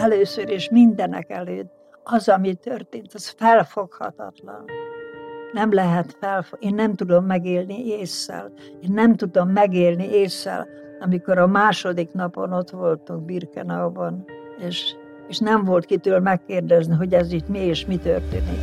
először és mindenek előtt az, ami történt, az felfoghatatlan. Nem lehet felfogni. Én nem tudom megélni ésszel. Én nem tudom megélni ésszel, amikor a második napon ott voltunk Birkenauban, és nem volt kitől megkérdezni, hogy ez itt mi és mi történik.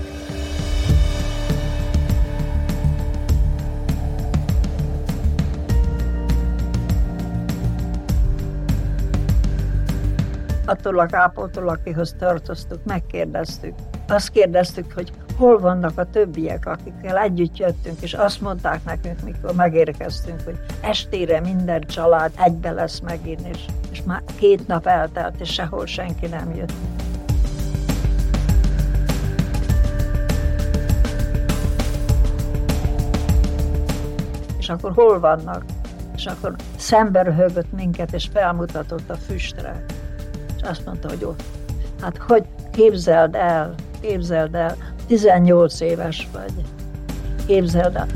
Attól a kápótól, akihoz tartoztuk, megkérdeztük. Azt kérdeztük, hogy hol vannak a többiek, akikkel együtt jöttünk, és azt mondták nekünk, mikor megérkeztünk, hogy estére minden család egybe lesz megint, és már 2 nap eltelt, és sehol senki nem jött. És akkor hol vannak? És akkor szembe röhögött minket, és felmutatott a füstre. És azt mondta, hogy ott. Hát hogy képzeld el, 18 éves vagy. Képzeld el.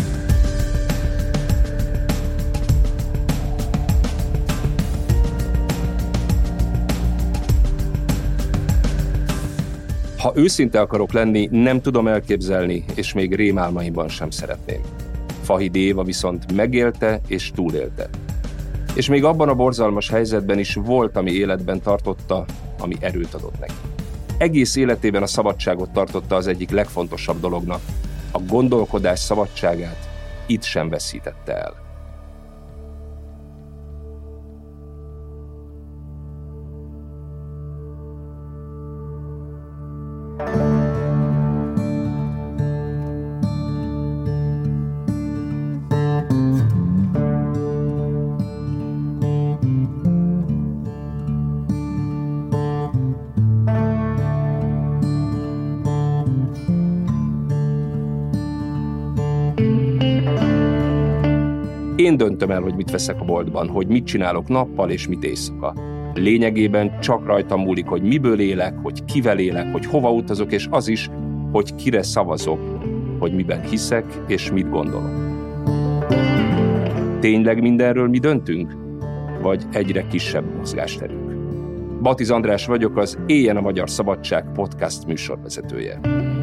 Ha őszinte akarok lenni, nem tudom elképzelni, és még rémálmaimban sem szeretném. Vahidi Éva viszont megélte és túlélte. És még abban a borzalmas helyzetben is volt, ami életben tartotta, ami erőt adott neki. Egész életében a szabadságot tartotta az egyik legfontosabb dolognak. A gondolkodás szabadságát itt sem veszítette el. Én döntöm el, hogy mit veszek a boltban, hogy mit csinálok nappal és mit éjszaka. Lényegében csak rajtam múlik, hogy miből élek, hogy kivel élek, hogy hova utazok, és az is, hogy kire szavazok, hogy miben hiszek és mit gondolok. Tényleg mindenről mi döntünk? Vagy egyre kisebb mozgásterünk? Batiz András vagyok, az Éljen a Magyar Szabadság podcast műsorvezetője.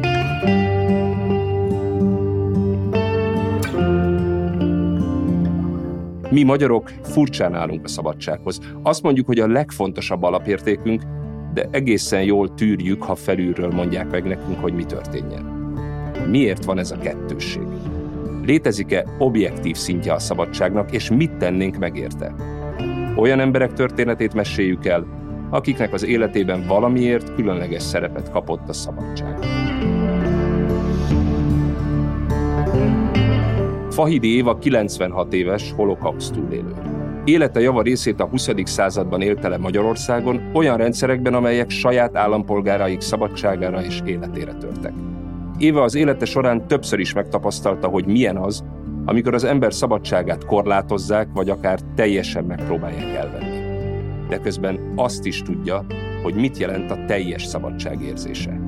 Mi magyarok furcsán állunk a szabadsághoz. Azt mondjuk, hogy a legfontosabb alapértékünk, de egészen jól tűrjük, ha felülről mondják meg nekünk, hogy mi történjen. Miért van ez a kettősség? Létezik-e objektív szintje a szabadságnak, és mit tennénk meg érte? Olyan emberek történetét meséljük el, akiknek az életében valamiért különleges szerepet kapott a szabadság. Vahidi Éva 96 éves holokauszt túlélő. Élete java részét a 20. században élte le Magyarországon, olyan rendszerekben, amelyek saját állampolgáraik szabadságára és életére törtek. Éva az élete során többször is megtapasztalta, hogy milyen az, amikor az ember szabadságát korlátozzák, vagy akár teljesen megpróbálják elvenni. De közben azt is tudja, hogy mit jelent a teljes szabadság érzése.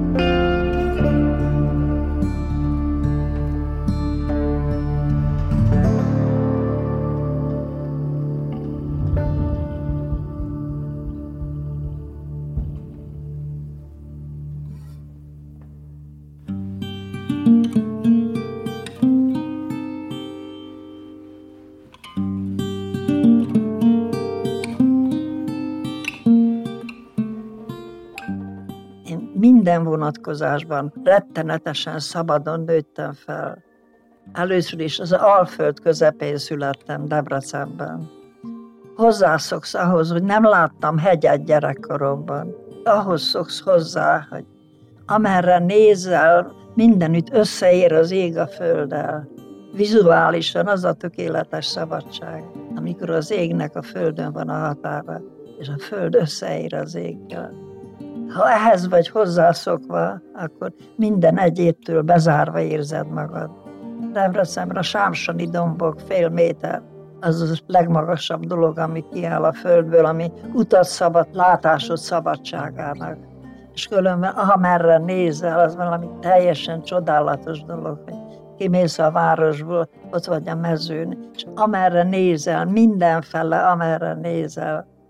Minden vonatkozásban rettenetesen szabadon nőttem fel. Először is az Alföld közepén születtem, Debrecenben. Hozzászoksz ahhoz, hogy nem láttam hegyet gyerekkoromban. Ahhoz szoksz hozzá, hogy amerre nézel, mindenütt összeér az ég a földdel. Vizuálisan az a tökéletes szabadság, amikor az égnek a földön van a határa, és a föld összeér az éggel. Ha ehhez vagy hozzászokva, akkor minden egyébtől bezárva érzed magad. Debrecenben a Sámsoni dombok fél méter, az a legmagasabb dolog, ami kiáll a földből, ami utat szabad, látásod szabadságának. És különben, amerre nézel, az valami teljesen csodálatos dolog, hogy kimész a városból, ott vagy a mezőn, és amerre nézel, mindenfele, amerre nézel,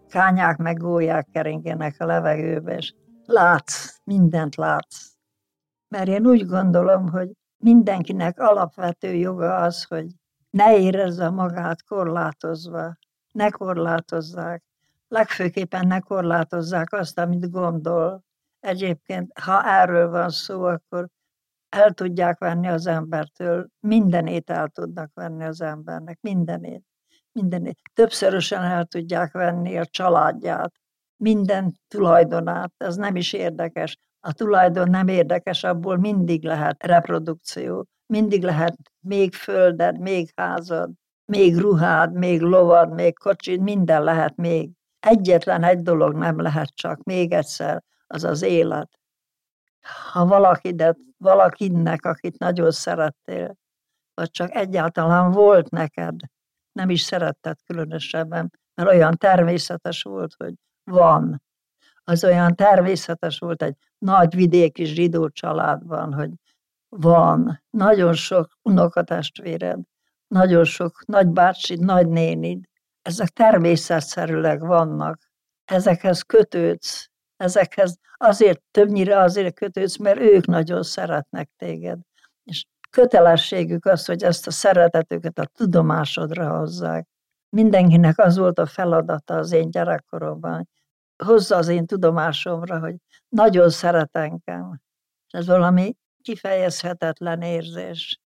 kányák meg gólyák keringenek a levegőbe, és látsz, mindent látsz. Mert én úgy gondolom, hogy mindenkinek alapvető joga az, hogy ne érezze magát korlátozva, ne korlátozzák. Legfőképpen ne korlátozzák azt, amit gondol. Egyébként, ha erről van szó, akkor el tudják venni az embertől, mindenét el tudnak venni az embernek, mindenét. Többszörösen el tudják venni a családját, minden tulajdonát, ez nem is érdekes. A tulajdon nem érdekes, abból mindig lehet reprodukció, mindig lehet még földed, még házad, még ruhád, még lovad, még kocsid, minden lehet még. Egyetlen egy dolog nem lehet csak, még egyszer, az az élet. Ha valakinek, akit nagyon szerettél, vagy csak egyáltalán volt neked, nem is szeretted különösebben, mert olyan természetes volt, hogy van. Az olyan természetes volt egy nagy vidéki zsidó családban, hogy van. Nagyon sok unokatestvéred, nagyon sok nagybácsid, nagynénid. Ezek természetszerűleg vannak. Ezekhez kötődsz. Ezekhez többnyire azért kötődsz, mert ők nagyon szeretnek téged. És kötelességük az, hogy ezt a szeretetüket a tudomásodra hozzák. Mindenkinek az volt a feladata az én gyerekkoromban, hozza az én tudomásomra, hogy nagyon szeret engem. Ez valami kifejezhetetlen érzés.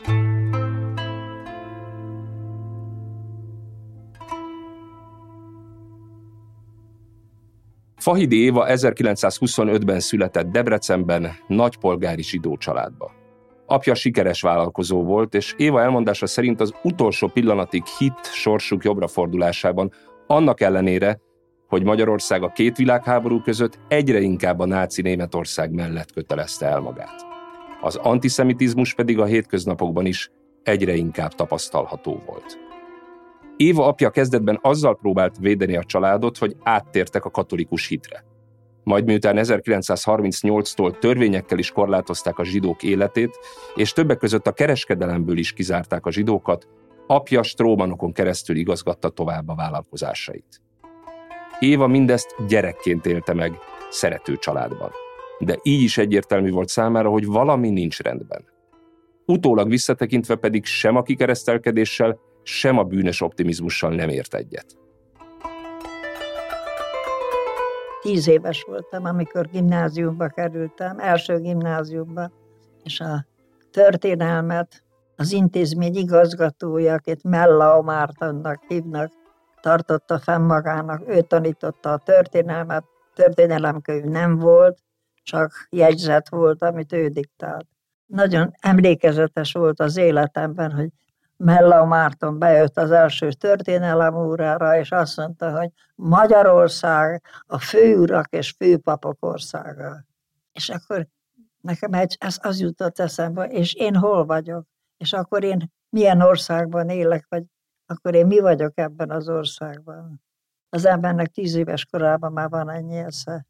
Fahidi Éva 1925-ben született Debrecenben, nagypolgári zsidó családba. Apja sikeres vállalkozó volt, és Éva elmondása szerint az utolsó pillanatig hitt sorsuk jobbra fordulásában, annak ellenére, hogy Magyarország a két világháború között egyre inkább a náci Németország mellett kötelezte el magát. Az antiszemitizmus pedig a hétköznapokban is egyre inkább tapasztalható volt. Éva apja kezdetben azzal próbált védeni a családot, hogy áttértek a katolikus hitre. Majd miután 1938-tól törvényekkel is korlátozták a zsidók életét, és többek között a kereskedelemből is kizárták a zsidókat, apja strómanokon keresztül igazgatta tovább a vállalkozásait. Éva mindezt gyerekként élte meg, szerető családban. De így is egyértelmű volt számára, hogy valami nincs rendben. Utólag visszatekintve pedig sem a kikeresztelkedéssel, sem a bűnös optimizmussal nem ért egyet. 10 éves voltam, amikor gimnáziumba kerültem, első gimnáziumba, és a történelmet az intézmény igazgatója, akit Mellau Mártonnak hívnak, tartotta fenn magának, ő tanította a történelmet, történelemkönyv nem volt, csak jegyzet volt, amit ő diktált. Nagyon emlékezetes volt az életemben, hogy Mellau Márton bejött az első történelem órára, és azt mondta, hogy Magyarország a főurak és főpapok országa. És akkor nekem az jutott eszembe, és én hol vagyok? És akkor én milyen országban élek, vagy akkor én mi vagyok ebben az országban? Az embernek 10 éves korában már van ennyi esze.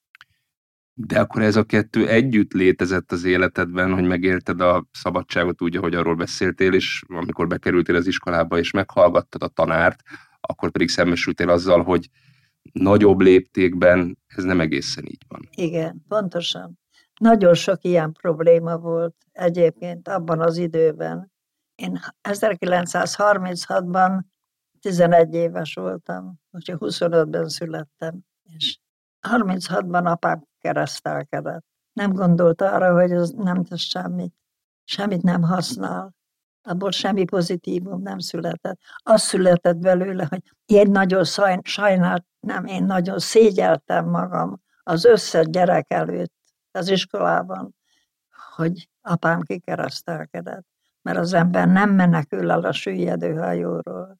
De akkor ez a kettő együtt létezett az életedben, hogy megélted a szabadságot úgy, ahogy arról beszéltél, és amikor bekerültél az iskolába, és meghallgattad a tanárt, akkor pedig szembesültél azzal, hogy nagyobb léptékben ez nem egészen így van. Igen, pontosan. Nagyon sok ilyen probléma volt egyébként abban az időben. Én 1936-ban 11 éves voltam, úgyhogy 25-ben születtem, és 36-ban apám keresztelkedett. Nem gondolt arra, hogy ez nem tesz semmit nem használ. Abból semmi pozitívum nem született. Az született belőle, hogy én nagyon én nagyon szégyeltem magam az összes gyerek előtt az iskolában, hogy apám kikeresztelkedett. Mert az ember nem menekül el a süllyedő hajóról.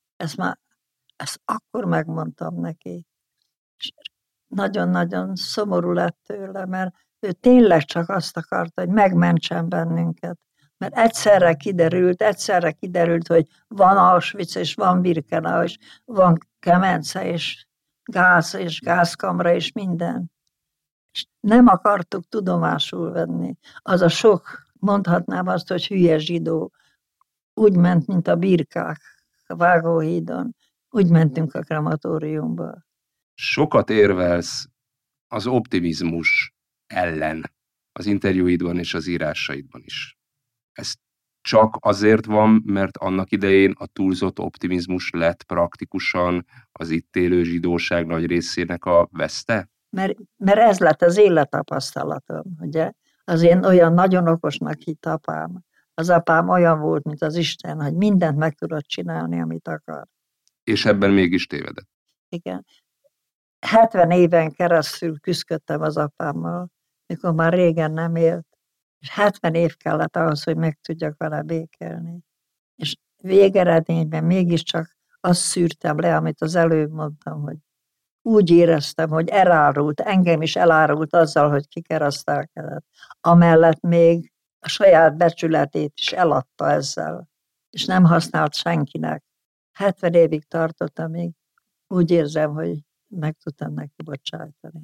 Ezt akkor megmondtam neki. És nagyon-nagyon szomorú lett tőle, mert ő tényleg csak azt akarta, hogy megmentsen bennünket. Mert egyszerre kiderült, hogy van Auschwitz, és van Birkenau, és van kemence, és gázkamra, és minden. És nem akartuk tudomásul venni. Az a sok, mondhatnám azt, hogy hülye zsidó, úgy ment, mint a birkák a Vágóhídon. Úgy mentünk a krematóriumba. Sokat érvelsz az optimizmus ellen az interjúidban és az írásaidban is. Ez csak azért van, mert annak idején a túlzott optimizmus lett praktikusan az itt élő zsidóság nagy részének a veszte? Mert ez lett az élettapasztalatom, ugye? Az én olyan nagyon okosnak hitt apám. Az apám olyan volt, mint az Isten, hogy mindent meg tudott csinálni, amit akar. És ebben mégis tévedett. Igen. 70 éven keresztül küzdöttem az apámmal, mikor már régen nem élt. És 70 év kellett ahhoz, hogy meg tudjak vele békélni. És végeredményben mégiscsak azt szűrtem le, amit az előbb mondtam, hogy úgy éreztem, hogy elárult, engem is elárult azzal, hogy kikeresztelkedett. Amellett még a saját becsületét is eladta ezzel, és nem használt senkinek. 70 évig tartott, amíg úgy érzem, hogy meg tudtam neki bocsájtani.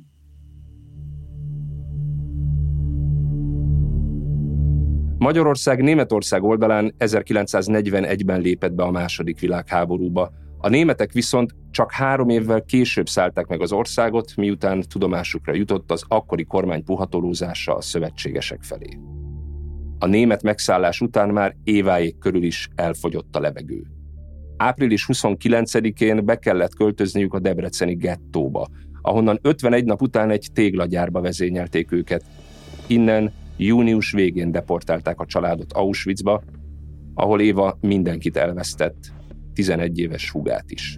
Magyarország Németország oldalán 1941-ben lépett be a II. Világháborúba. A németek viszont csak 3 évvel később szállták meg az országot, miután tudomásukra jutott az akkori kormány puhatolózása a szövetségesek felé. A német megszállás után már éváig körül is elfogyott a levegő. Április 29-én be kellett költözniük a debreceni gettóba, ahonnan 51 nap után egy téglagyárba vezényelték őket. Innen június végén deportálták a családot Auschwitzba, ahol Éva mindenkit elvesztett, 11 éves húgát is.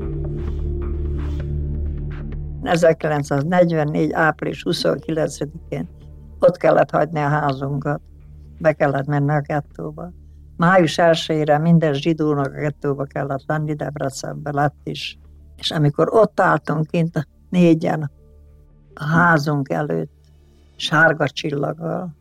1944. április 29-én ott kellett hagyni a házunkat, be kellett menni a gettóba. Május 1-ére minden zsidónak a gettóba kellett lenni, Debrecenbe lett is. És amikor ott álltunk kint 4-en a házunk előtt, sárga csillaggal,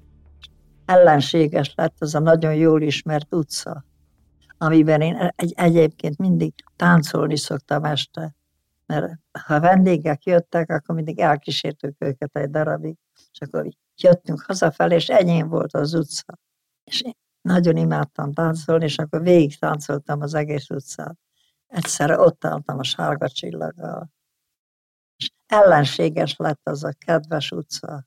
ellenséges lett az a nagyon jól ismert utca, amiben én egyébként mindig táncolni szoktam este, mert ha vendégek jöttek, akkor mindig elkísértük őket egy darabig, és akkor jöttünk hazafelé, és enyém volt az utca. És én nagyon imádtam táncolni, és akkor végig táncoltam az egész utcát. Egyszerre ott álltam a sárga csillaggal. És ellenséges lett az a kedves utca.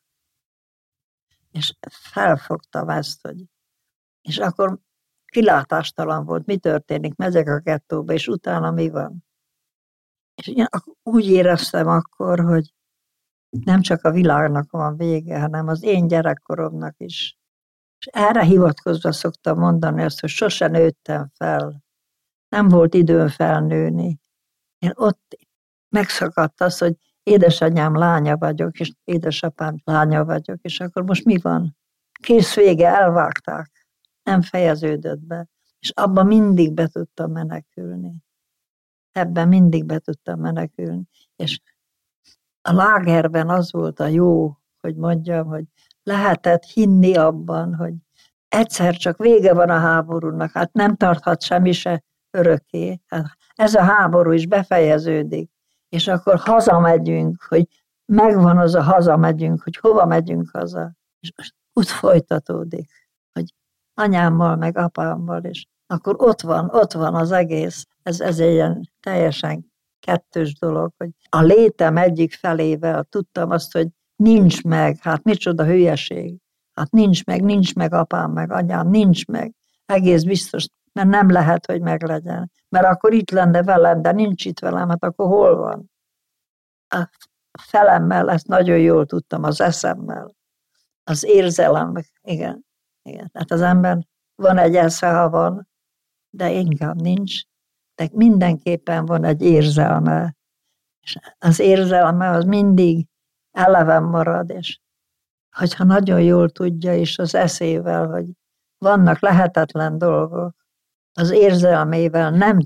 És felfogtam ezt, hogy... És akkor kilátástalan volt, mi történik, megyek a gettóba, és utána mi van. És én úgy éreztem akkor, hogy nem csak a világnak van vége, hanem az én gyerekkoromnak is. És erre hivatkozva szoktam mondani azt, hogy sose nőttem fel. Nem volt időm felnőni. Én ott megszakadt az, hogy édesanyám lánya vagyok, és édesapám lánya vagyok, és akkor most mi van? Kész vége, elvágták. Nem fejeződött be. És abban mindig be tudtam menekülni. Ebben mindig be tudtam menekülni. És a lágerben az volt a jó, hogy mondjam, hogy lehetett hinni abban, hogy egyszer csak vége van a háborúnak, hát nem tarthat semmi se örökké. Hát ez a háború is befejeződik, és akkor hazamegyünk, hogy megvan az a hazamegyünk, hogy hova megyünk haza. És úgy folytatódik, hogy anyámmal, meg apámmal, és akkor ott van az egész. Ez egy ilyen teljesen kettős dolog, hogy a létem egyik felével tudtam azt, hogy nincs meg, hát micsoda hülyeség. Hát nincs meg apám, meg anyám, nincs meg. Egész biztos, mert nem lehet, hogy meglegyen. Mert akkor itt lenne velem, de nincs itt velem, hát akkor hol van? A felemmel ezt nagyon jól tudtam, az eszemmel. Az érzelem, igen. Hát az ember van egy esze, ha van, de inkább nincs. De mindenképpen van egy érzelme. És az érzelme az mindig eleven marad, és hogyha nagyon jól tudja is az eszével, hogy vannak lehetetlen dolgok, az érzelmével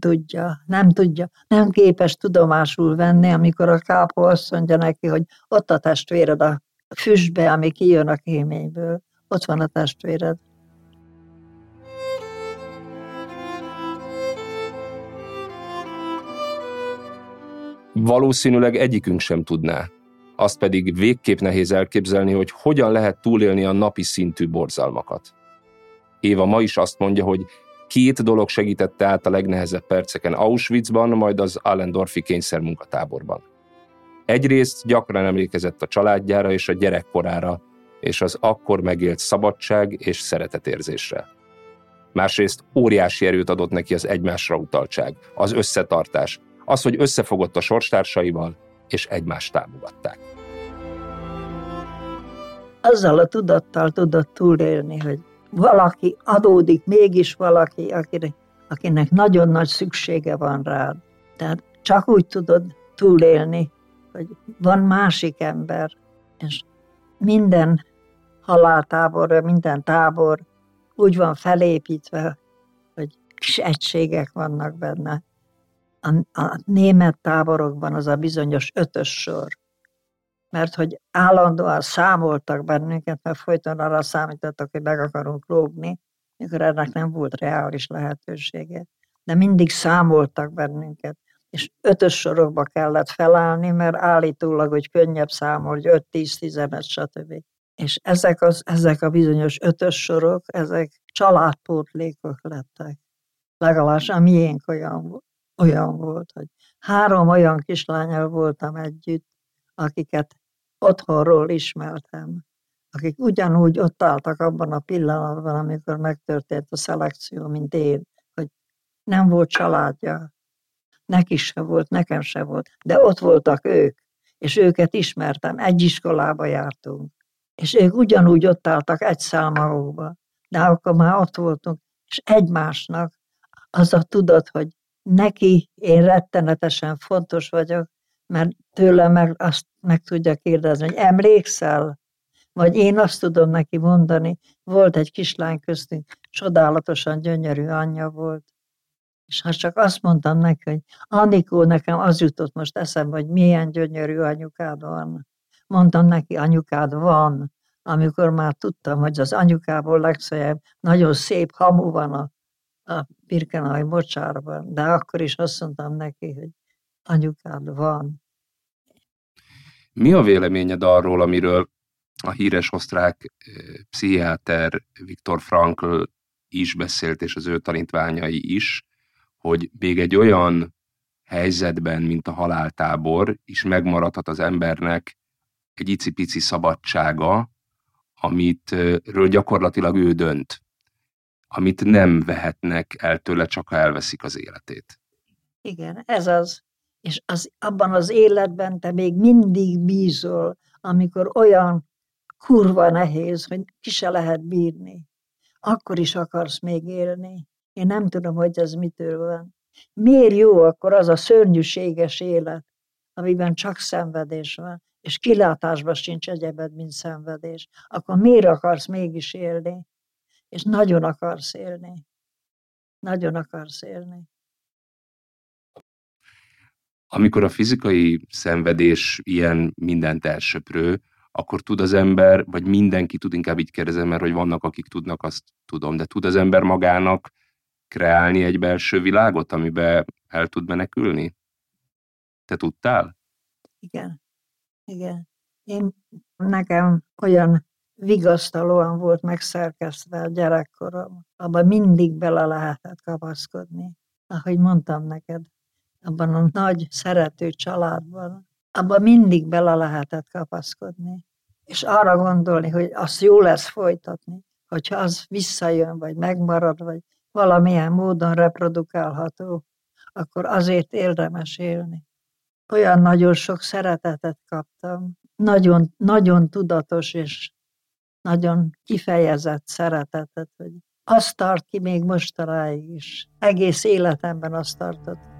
nem képes tudomásul venni, amikor a kápó azt mondja neki, hogy ott a testvéred a füstbe, ami kijön a kéményből. Ott van a testvéred. Valószínűleg egyikünk sem tudná. Azt pedig végképp nehéz elképzelni, hogy hogyan lehet túlélni a napi szintű borzalmakat. Éva ma is azt mondja, hogy 2 dolog segítette át a legnehezebb perceken Auschwitzban, majd az Allendorfi kényszermunkatáborban. Egyrészt gyakran emlékezett a családjára és a gyerekkorára, és az akkor megélt szabadság és szeretetérzésre. Másrészt óriási erőt adott neki az egymásra utaltság, az összetartás, az, hogy összefogott a sorstársaival, és egymást támogatták. Azzal a tudattal tudott túlélni, hogy valaki adódik, mégis valaki, akinek nagyon nagy szüksége van rád. Tehát csak úgy tudod túlélni, hogy van másik ember, és minden haláltábor, minden tábor úgy van felépítve, hogy kis egységek vannak benne. A német táborokban az a bizonyos 5-ös sor, mert hogy állandóan számoltak bennünket, mert folyton arra számítottak, hogy meg akarunk lógni, mikor ennek nem volt reális lehetősége. De mindig számoltak bennünket, és 5-ös sorokba kellett felállni, mert állítólag, hogy könnyebb számolni, 5-10-15, stb. És ezek a bizonyos 5-ös sorok, ezek családpótlékok lettek. Legalábbis a miénk olyan volt, hogy 3 olyan kislánnyal voltam együtt, akiket otthonról ismertem, akik ugyanúgy ott álltak abban a pillanatban, amikor megtörtént a szelekció, mint én, hogy nem volt családja. Neki se volt, nekem se volt, de ott voltak ők, és őket ismertem, egy iskolába jártunk, és ők ugyanúgy ott álltak egy szálmagokba, de akkor már ott voltunk, és egymásnak az a tudat, hogy neki én rettenetesen fontos vagyok, mert tőle azt meg tudja kérdezni, hogy emlékszel? Vagy én azt tudom neki mondani, volt egy kislány köztünk, csodálatosan gyönyörű anyja volt, és ha csak azt mondtam neki, hogy Anikó, nekem az jutott most eszembe, hogy milyen gyönyörű anyukád van. Mondtam neki, anyukád van, amikor már tudtam, hogy az anyukából legfeljebb nagyon szép hamu van a Birkenau mocsárban, de akkor is azt mondtam neki, hogy anyukád van. Mi a véleményed arról, amiről a híres osztrák pszichiáter Viktor Frankl is beszélt, és az ő tanítványai is, hogy még egy olyan helyzetben, mint a haláltábor, is megmaradhat az embernek egy icipici szabadsága, amitről gyakorlatilag ő dönt, amit nem vehetnek el tőle, csak ha elveszik az életét. Igen, ez az. És abban az életben te még mindig bízol, amikor olyan kurva nehéz, hogy ki se lehet bírni. Akkor is akarsz még élni. Én nem tudom, hogy ez mitől van. Miért jó akkor az a szörnyűséges élet, amiben csak szenvedés van, és kilátásban sincs egyebed, mint szenvedés. Akkor miért akarsz mégis élni? És nagyon akarsz élni. Nagyon akarsz élni. Amikor a fizikai szenvedés ilyen mindent elsöprő, akkor tud az ember, vagy mindenki tud, inkább így kérdezem, mert hogy vannak, akik tudnak, azt tudom, de tud az ember magának kreálni egy belső világot, amiben el tud menekülni? Te tudtál? Igen. Nekem olyan vigasztalóan volt megszerkesztve a gyerekkorom, abban mindig bele lehetett kapaszkodni. Ahogy mondtam neked, abban a nagy, szerető családban, abban mindig bele lehetett kapaszkodni. És arra gondolni, hogy azt jó lesz folytatni, hogyha az visszajön, vagy megmarad, vagy valamilyen módon reprodukálható, akkor azért érdemes élni. Olyan nagyon sok szeretetet kaptam, nagyon, nagyon tudatos és nagyon kifejezett szeretetet, hogy azt tart ki még mostanáig is. Egész életemben azt tartott ki.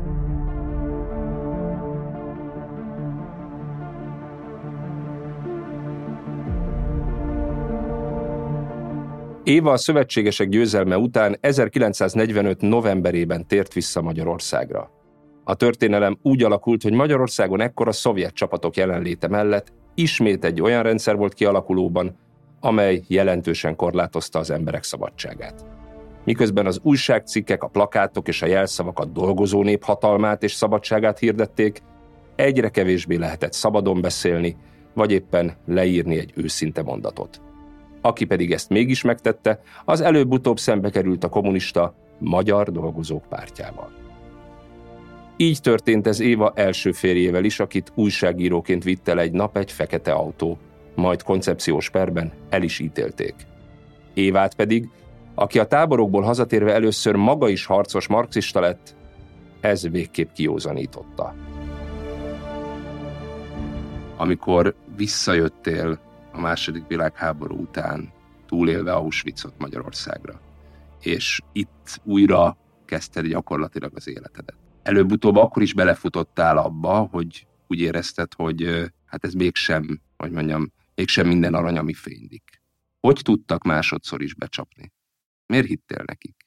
Éva a szövetségesek győzelme után 1945. novemberében tért vissza Magyarországra. A történelem úgy alakult, hogy Magyarországon ekkor a szovjet csapatok jelenléte mellett ismét egy olyan rendszer volt kialakulóban, amely jelentősen korlátozta az emberek szabadságát. Miközben az újságcikkek, a plakátok és a jelszavak a dolgozó nép hatalmát és szabadságát hirdették, egyre kevésbé lehetett szabadon beszélni, vagy éppen leírni egy őszinte mondatot. Aki pedig ezt mégis megtette, az előbb-utóbb szembe került a kommunista Magyar Dolgozók Pártjával. Így történt ez Éva első férjével is, akit újságíróként vitt el egy nap egy fekete autó, majd koncepciós perben el is ítélték. Évát pedig, aki a táborokból hazatérve először maga is harcos marxista lett, ez végképp kiózanította. Amikor visszajöttél a II. Világháború után, túlélve Auschwitzot Magyarországra, és itt újra kezdted gyakorlatilag az életedet. Előbb-utóbb akkor is belefutottál abba, hogy úgy érezted, hogy hát ez mégsem, mégsem minden arany, ami fénylik. Hogy tudtak másodszor is becsapni? Miért hittél nekik?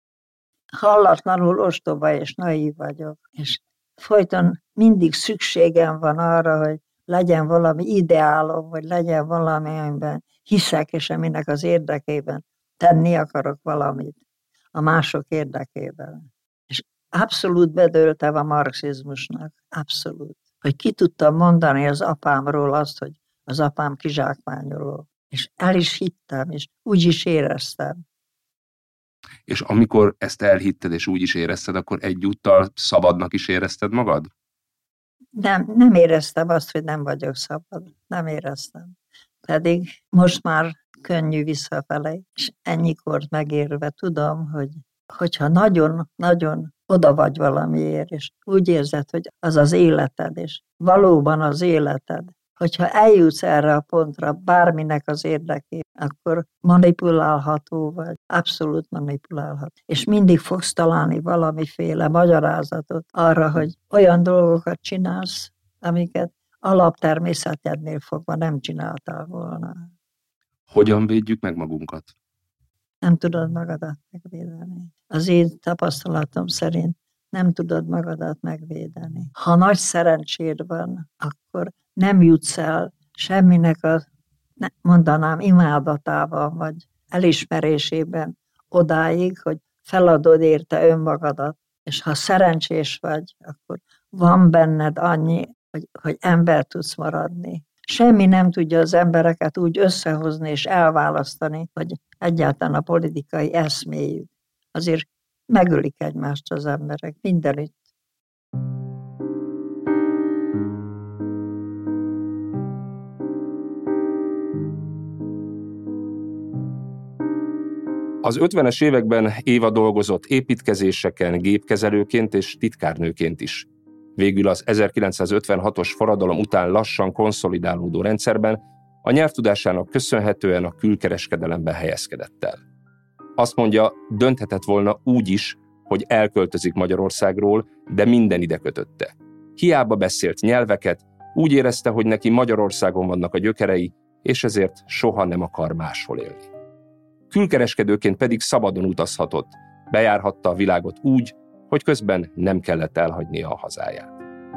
Hallatlanul ostoba és naív vagyok, és folyton mindig szükségem van arra, hogy legyen valami ideálom, vagy legyen valami, amiben hiszek, és aminek az érdekében tenni akarok valamit a mások érdekében. És abszolút bedőltem a marxizmusnak, abszolút. Hogy ki tudtam mondani az apámról azt, hogy az apám kizsákmányoló. És el is hittem, és úgy is éreztem. És amikor ezt elhitted, és úgy is érezted, akkor egyúttal szabadnak is érezted magad? Nem éreztem azt, hogy nem vagyok szabad. Nem éreztem. Pedig most már könnyű visszafelé, és ennyikor megérve tudom, hogyha nagyon-nagyon oda vagy valamiért, és úgy érzed, hogy az az életed, és valóban az életed, hogyha eljutsz erre a pontra bárminek az érdekében, akkor manipulálható vagy, abszolút manipulálható. És mindig fogsz találni valamiféle magyarázatot arra, hogy olyan dolgokat csinálsz, amiket alaptermészetednél fogva nem csináltál volna. Hogyan védjük meg magunkat? Nem tudod magadat megvédeni. Az én tapasztalatom szerint nem tudod magadat megvédeni. Ha nagy szerencséd van, akkor nem jutsz el semminek mondanám imádatában, vagy elismerésében odáig, hogy feladod érte önmagadat, és ha szerencsés vagy, akkor van benned annyi, hogy ember tudsz maradni. Semmi nem tudja az embereket úgy összehozni és elválasztani, hogy egyáltalán a politikai eszméjük. Azért megölik egymást az emberek mindenütt. Az 50-es években Éva dolgozott építkezéseken, gépkezelőként és titkárnőként is. Végül az 1956-os forradalom után lassan konszolidálódó rendszerben a nyelvtudásának köszönhetően a külkereskedelemben helyezkedett el. Azt mondja, dönthetett volna úgy is, hogy elköltözik Magyarországról, de minden ide kötötte. Hiába beszélt nyelveket, úgy érezte, hogy neki Magyarországon vannak a gyökerei, és ezért soha nem akar máshol élni. Külkereskedőként pedig szabadon utazhatott, bejárhatta a világot úgy, hogy közben nem kellett elhagynia a hazáját.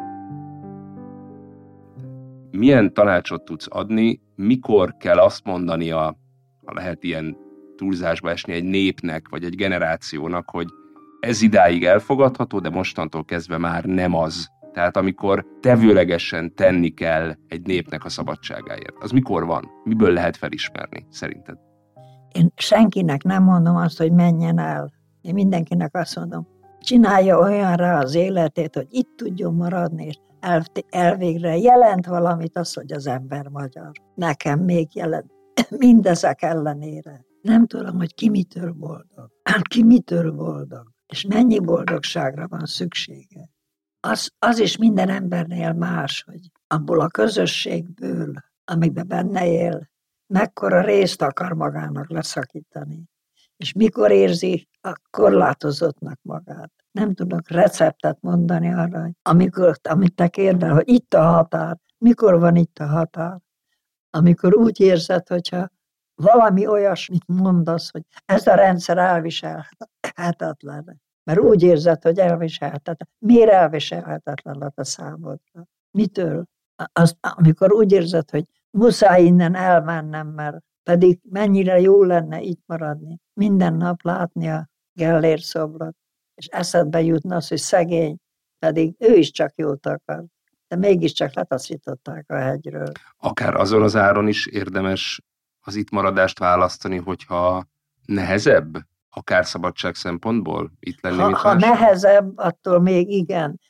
Milyen tanácsot tudsz adni, mikor kell azt mondania, ha lehet ilyen túlzásba esni egy népnek, vagy egy generációnak, hogy ez idáig elfogadható, de mostantól kezdve már nem az. Tehát amikor tevőlegesen tenni kell egy népnek a szabadságáért. Az mikor van? Miből lehet felismerni, szerinted? Én senkinek nem mondom azt, hogy menjen el. Én mindenkinek azt mondom, csinálja olyanra az életét, hogy itt tudjon maradni, és elvégre jelent valamit az, hogy az ember magyar. Nekem még jelent. Mindezek ellenére. Nem tudom, hogy ki mitől boldog. Ki mitől boldog. És mennyi boldogságra van szüksége. Az is minden embernél más, hogy abból a közösségből, amikben benne él, mekkora részt akar magának leszakítani. És mikor érzi a korlátozottnak magát. Nem tudok receptet mondani arra, amit te kérdel, hogy itt a határ. Mikor van itt a határ? Amikor úgy érzed, hogyha valami olyasmit mondasz, hogy ez a rendszer elviselhetetlen. Mert úgy érzed, hogy elviselhetetlen. Miért elviselhetetlen a számodra? Mitől? Amikor úgy érzed, hogy muszáj innen elmennem, mert pedig mennyire jó lenne itt maradni. Minden nap látni a Gellért szobrot, és eszedbe jutna az, hogy szegény, pedig ő is csak jót akar. De mégiscsak letaszították a hegyről. Akár azon az áron is érdemes az itt maradást választani, hogyha nehezebb, akár szabadság szempontból itt lenni, Ha nehezebb, attól még igen.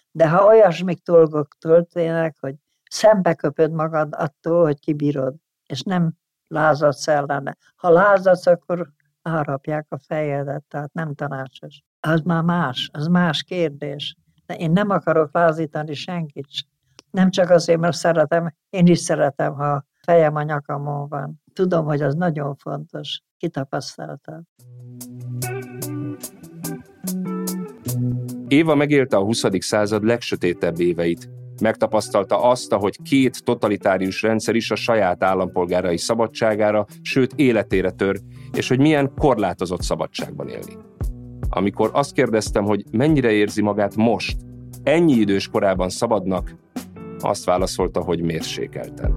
De ha olyasmik dolgok történnek, hogy szembeköpöd magad attól, hogy kibírod, és nem lázadsz ellene. Ha lázadsz, akkor elharapják a fejedet, tehát nem tanácsos. Az már más, az más kérdés. De én nem akarok lázítani senkit. Nem csak azért, mert szeretem, én is szeretem, ha a fejem a nyakamon van. Tudom, hogy az nagyon fontos. Kitapasztaltam. Éva megélte a 20. század legsötétebb éveit. Megtapasztalta azt, ahogy két totalitárius rendszer is a saját állampolgárai szabadságára, sőt életére tör, és hogy milyen korlátozott szabadságban élni. Amikor azt kérdeztem, hogy mennyire érzi magát most, ennyi idős korában szabadnak, azt válaszolta, hogy mérsékelten.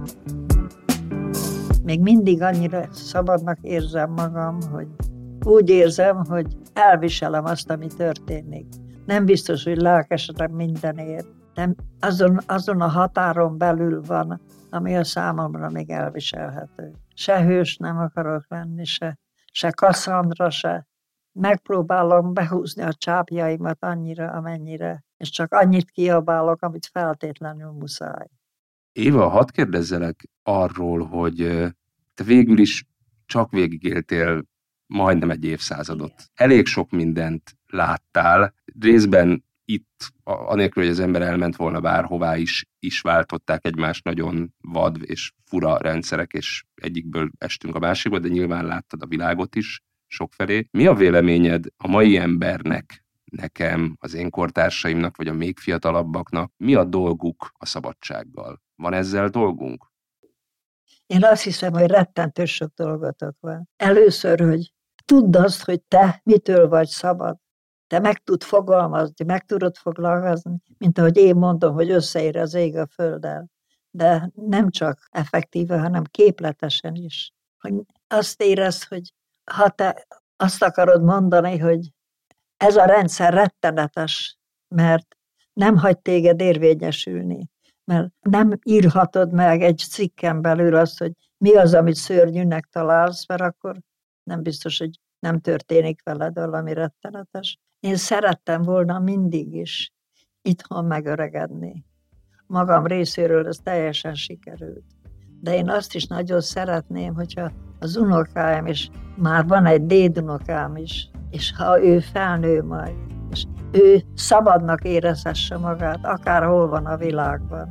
Még mindig annyira szabadnak érzem magam, hogy úgy érzem, hogy elviselem azt, ami történik. Nem biztos, hogy lelkesedem mindenért. Nem, azon a határon belül van, ami a számomra még elviselhető. Se hős nem akarok lenni, se Kasszandra, se. Megpróbálom behúzni a csápjaimat annyira, amennyire, és csak annyit kiabálok, amit feltétlenül muszáj. Éva, hadd kérdezzelek arról, hogy te végül is csak végigéltél majdnem egy évszázadot. Elég sok mindent láttál, részben itt, anélkül, hogy az ember elment volna bárhová is váltották egymást nagyon vad és fura rendszerek, és egyikből estünk a másikba, de nyilván láttad a világot is sokfelé. Mi a véleményed a mai embernek, nekem, az én kortársaimnak, vagy a még fiatalabbaknak, mi a dolguk a szabadsággal? Van ezzel dolgunk? Én azt hiszem, hogy rettentő sok dolgotok van. Először, hogy tudd azt, hogy te mitől vagy szabad. Te meg tudod fogalmazni, meg tudod foglalkozni, mint ahogy én mondom, hogy összeér az ég a földdel. De nem csak effektíve, hanem képletesen is. Hogy azt érezd, hogy ha te azt akarod mondani, hogy ez a rendszer rettenetes, mert nem hagy téged érvényesülni, mert nem írhatod meg egy cikken belül azt, hogy mi az, amit szörnyűnek találsz, mert akkor nem biztos, hogy nem történik veled valami rettenetes. Én szerettem volna mindig is itthon megöregedni. Magam részéről ez teljesen sikerült. De én azt is nagyon szeretném, hogyha az unokáim, és már van egy dédunokám is, és ha ő felnő majd, és ő szabadnak érezhesse magát, akárhol van a világban.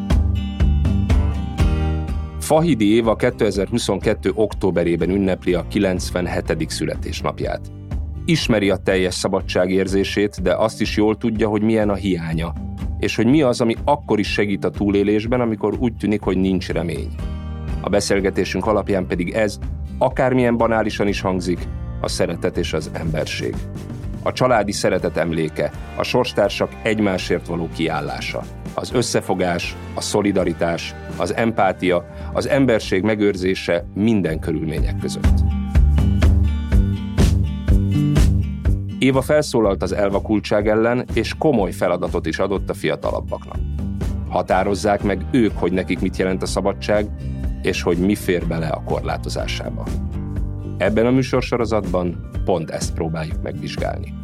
Fahidi Éva 2022. októberében ünnepli a 97. születésnapját. Ismeri a teljes szabadság érzését, de azt is jól tudja, hogy milyen a hiánya, és hogy mi az, ami akkor is segít a túlélésben, amikor úgy tűnik, hogy nincs remény. A beszélgetésünk alapján pedig ez, akármilyen banálisan is hangzik, a szeretet és az emberség. A családi szeretet emléke, a sorstársak egymásért való kiállása, az összefogás, a szolidaritás, az empátia, az emberség megőrzése minden körülmények között. Éva felszólalt az elvakultság ellen, és komoly feladatot is adott a fiatalabbaknak. Határozzák meg ők, hogy nekik mit jelent a szabadság, és hogy mi fér bele a korlátozásába. Ebben a műsorsorozatban pont ezt próbáljuk megvizsgálni.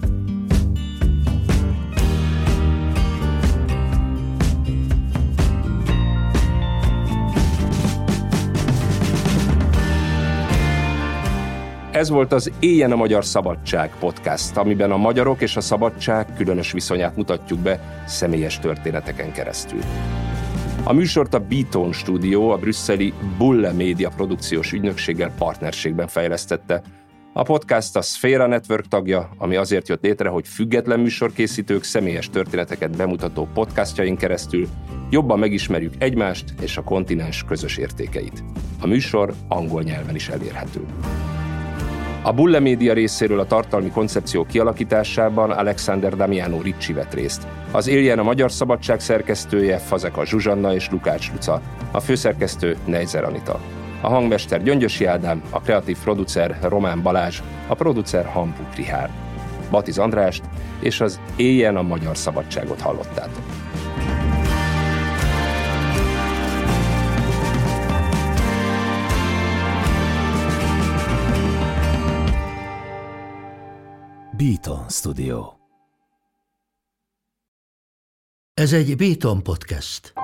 Ez volt az Éljen a Magyar Szabadság podcast, amiben a magyarok és a szabadság különös viszonyát mutatjuk be személyes történeteken keresztül. A műsort a Beaton Stúdió, a brüsszeli Bulle Média produkciós ügynökséggel partnerségben fejlesztette. A podcast a Szféra Network tagja, ami azért jött létre, hogy független műsorkészítők személyes történeteket bemutató podcastjain keresztül jobban megismerjük egymást és a kontinens közös értékeit. A műsor angol nyelven is elérhető. A Bulle Média részéről a tartalmi koncepció kialakításában Alexander Damiano Ricci vett részt. Az Éljen a Magyar Szabadság szerkesztője Fazeka Zsuzsanna és Lukács Luca, a főszerkesztő Nejzer Anita. A hangmester Gyöngyösi Ádám, a kreatív producer Román Balázs, a producer Hampuk Rihárd. Batiz Andrást és az Éljen a Magyar Szabadságot hallottátok. Beaton Studio. Ez egy Béton Podcast.